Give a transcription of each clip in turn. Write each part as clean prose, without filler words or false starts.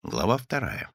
Глава 2.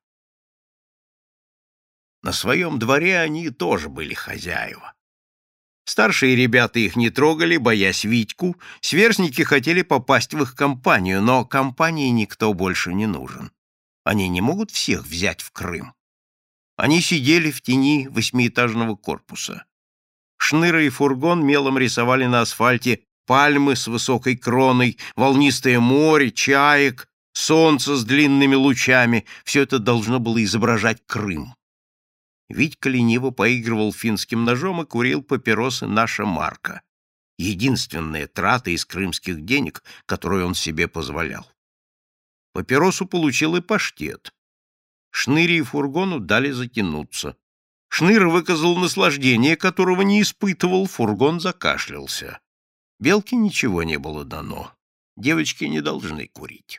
На своем дворе они тоже были хозяева. Старшие ребята их не трогали, боясь Витьку, сверстники хотели попасть в их компанию, но компании никто больше не нужен. Они не могут всех взять в Крым. Они сидели в тени 8-этажного корпуса. Шныра и Фургон мелом рисовали на асфальте пальмы с высокой кроной, волнистое море, чаек, солнце с длинными лучами. Все это должно было изображать Крым. Витька лениво поигрывал финским ножом и курил папиросы «Наша марка». Единственная трата из крымских денег, которую он себе позволял. Папиросу получил и паштет. Шныре и Фургону дали затянуться. Шныра выказал наслаждение, которого не испытывал, Фургон закашлялся. Белке ничего не было дано. Девочки не должны курить.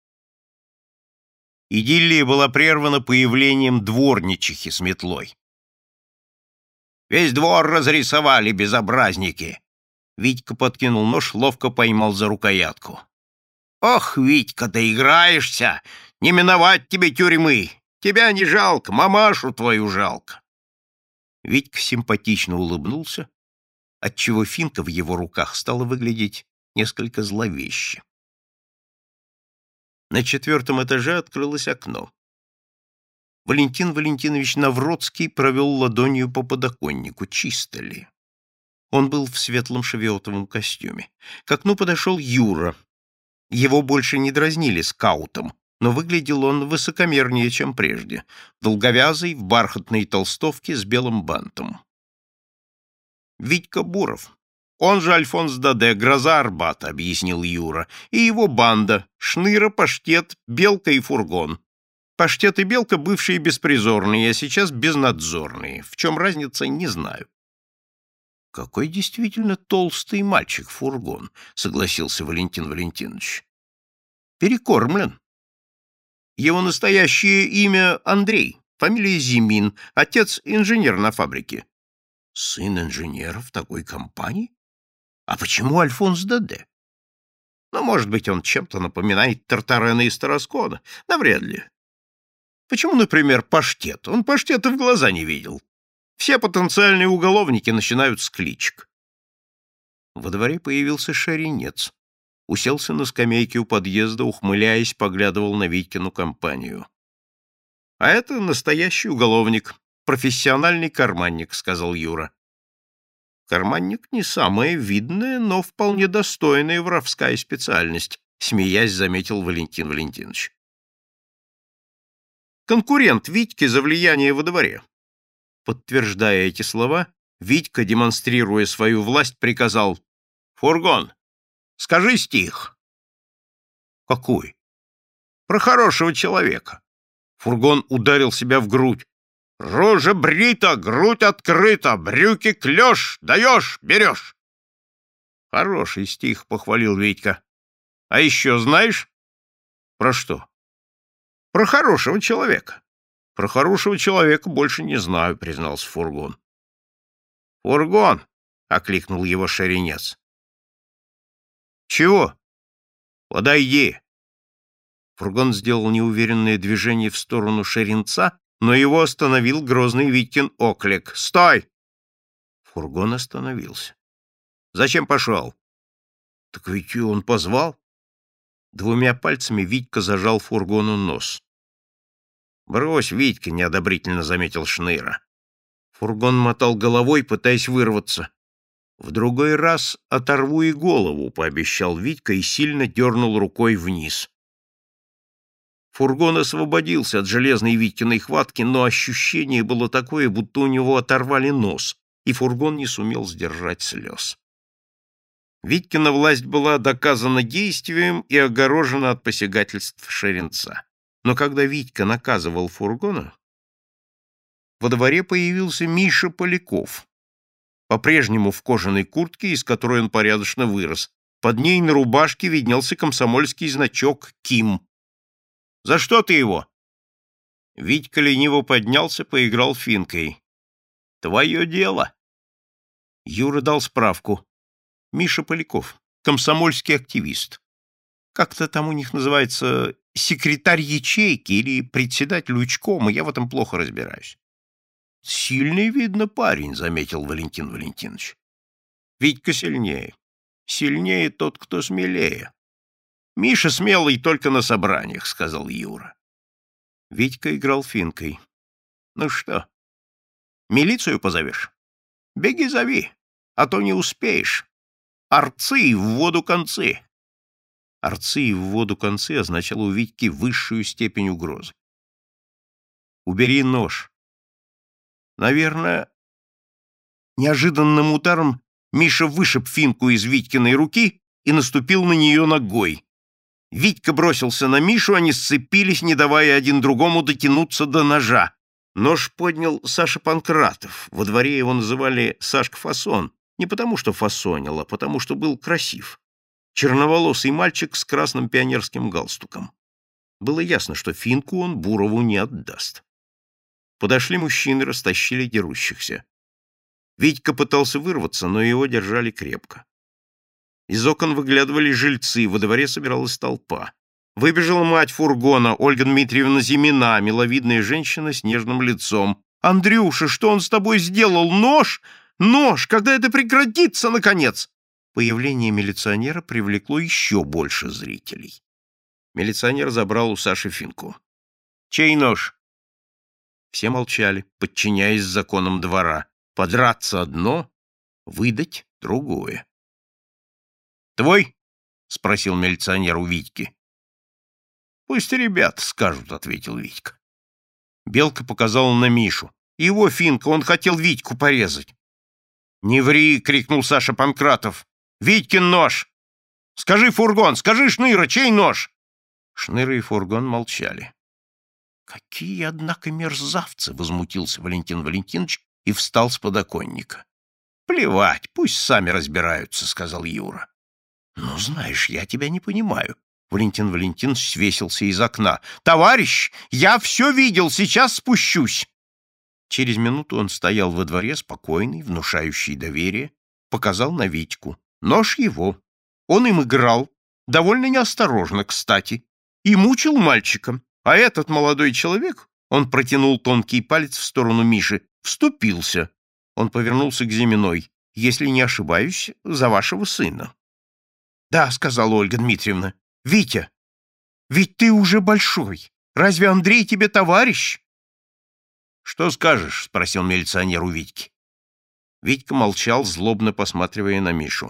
Идиллия была прервана появлением дворничихи с метлой. «Весь двор разрисовали, безобразники!» Витька подкинул нож, ловко поймал за рукоятку. «Ох, Витька, ты играешься! Не миновать тебе тюрьмы! Тебя не жалко, мамашу твою жалко!» Витька симпатично улыбнулся, отчего финка в его руках стала выглядеть несколько зловеще. На 4-м этаже открылось окно. Валентин Валентинович Навродский провел ладонью по подоконнику, чисто ли. Он был в светлом шевиотовом костюме. К окну подошел Юра. Его больше не дразнили скаутом, но выглядел он высокомернее, чем прежде, долговязый, в бархатной толстовке с белым бантом. Витька Буров, он же Альфонс Даде, гроза Арбата, объяснил Юра, и его банда — Шныра, Паштет, Белка и Фургон. Паштет и Белка бывшие беспризорные, а сейчас безнадзорные. В чем разница, не знаю. Какой действительно толстый мальчик Фургон, согласился Валентин Валентинович. Перекормлен. Его настоящее имя Андрей, фамилия Зимин, отец инженер на фабрике. Сын инженера в такой компании? А почему Альфонс Даде? Ну, может быть, он чем-то напоминает Тартарена из Тараскона. Навряд ли. Почему, например, Паштет? Он Паштета в глаза не видел. Все потенциальные уголовники начинают с кличек. Во дворе появился Шаринец. Уселся на скамейке у подъезда, ухмыляясь, поглядывал на Витькину компанию. — А это настоящий уголовник, профессиональный карманник, — сказал Юра. — Карманник не самая видная, но вполне достойная воровская специальность, — смеясь заметил Валентин Валентинович. — Конкурент Витьки за влияние во дворе. Подтверждая эти слова, Витька, демонстрируя свою власть, приказал: «Фургон, скажи стих». «Какой?» «Про хорошего человека». Фургон ударил себя в грудь. «Рожа брита, грудь открыта, брюки клеш, даешь, берешь». «Хороший стих», — похвалил Витька. «А еще знаешь?» «Про что?» «Про хорошего человека». «Про хорошего человека больше не знаю», — признался Фургон. «Фургон!» — окликнул его Шаринец. «Чего?» «Подойди!» Фургон сделал неуверенное движение в сторону Шаринца, но его остановил грозный Витькин оклик. «Стой!» Фургон остановился. «Зачем пошел?» «Так ведь он позвал». 2 пальцами Витька зажал Фургону нос. «Брось, Витька!» — неодобрительно заметил Шныра. Фургон мотал головой, пытаясь вырваться. «В другой раз оторву и голову», — пообещал Витька и сильно дернул рукой вниз. Фургон освободился от железной Витькиной хватки, но ощущение было такое, будто у него оторвали нос, и Фургон не сумел сдержать слез. Витькина власть была доказана действием и огорожена от посягательств Шаринца. Но когда Витька наказывал Фургона, во дворе появился Миша Поляков, по-прежнему в кожаной куртке, из которой он порядочно вырос. Под ней на рубашке виднелся комсомольский значок «Ким». «За что ты его?» Витька лениво поднялся, поиграл финкой. «Твое дело». Юра дал справку. Миша Поляков, комсомольский активист. Как-то там у них называется секретарь ячейки или председатель учкома, я в этом плохо разбираюсь. Сильный, видно, парень, заметил Валентин Валентинович. Витька сильнее. Сильнее тот, кто смелее. Миша смелый только на собраниях, сказал Юра. Витька играл финкой. Ну что, милицию позовешь? Беги зови, а то не успеешь. Арцы в воду концы. Арцы в воду концы означало у Витьки высшую степень угрозы. Убери нож. Наверное, неожиданным ударом Миша вышиб финку из Витькиной руки и наступил на нее ногой. Витька бросился на Мишу, они сцепились, не давая один другому дотянуться до ножа. Нож поднял Саша Панкратов. Во дворе его называли Сашка Фасон. Не потому, что фасонил, а потому, что был красив. Черноволосый мальчик с красным пионерским галстуком. Было ясно, что финку он Бурову не отдаст. Подошли мужчины, растащили дерущихся. Витька пытался вырваться, но его держали крепко. Из окон выглядывали жильцы, во дворе собиралась толпа. Выбежала мать фургона, Ольга Дмитриевна Зимина, миловидная женщина с нежным лицом. «Андрюша, что он с тобой сделал? Нож? Нож! Когда это прекратится, наконец?» Появление милиционера привлекло еще больше зрителей. Милиционер забрал у Саши финку. «Чей нож?» Все молчали, подчиняясь законам двора. Подраться одно, выдать другое. «Твой?» — спросил милиционер у Витьки. «Пусть ребята скажут», — ответил Витька. Белка показала на Мишу. «Его финка, он хотел Витьку порезать». «Не ври!» — крикнул Саша Панкратов. «Витькин нож! Скажи, фургон, скажи, Шныра, чей нож?» Шныра и фургон молчали. «Какие, однако, мерзавцы!» — возмутился Валентин Валентинович и встал с подоконника. «Плевать, пусть сами разбираются», — сказал Юра. «Ну, знаешь, я тебя не понимаю». Валентин Валентинович свесился из окна. «Товарищ, я все видел, сейчас спущусь». Через минуту он стоял во дворе, спокойный, внушающий доверие, показал на Витьку. Нож его. Он им играл, довольно неосторожно, кстати, и мучил мальчика. А этот молодой человек, он протянул тонкий палец в сторону Миши, вступился. Он повернулся к Зиминой. «Если не ошибаюсь, за вашего сына». «Да», — сказала Ольга Дмитриевна. «Витя, ведь ты уже большой. Разве Андрей тебе товарищ?» «Что скажешь?» — спросил милиционер у Витьки. Витька молчал, злобно посматривая на Мишу.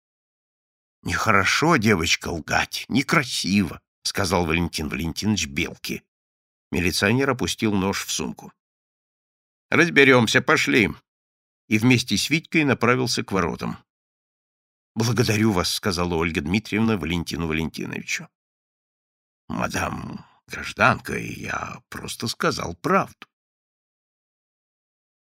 «Нехорошо, девочка, лгать, некрасиво», — сказал Валентин Валентинович Белке. Милиционер опустил нож в сумку. «Разберемся, пошли». И вместе с Витькой направился к воротам. «Благодарю вас», — сказала Ольга Дмитриевна Валентину Валентиновичу. «Мадам гражданка, я просто сказал правду».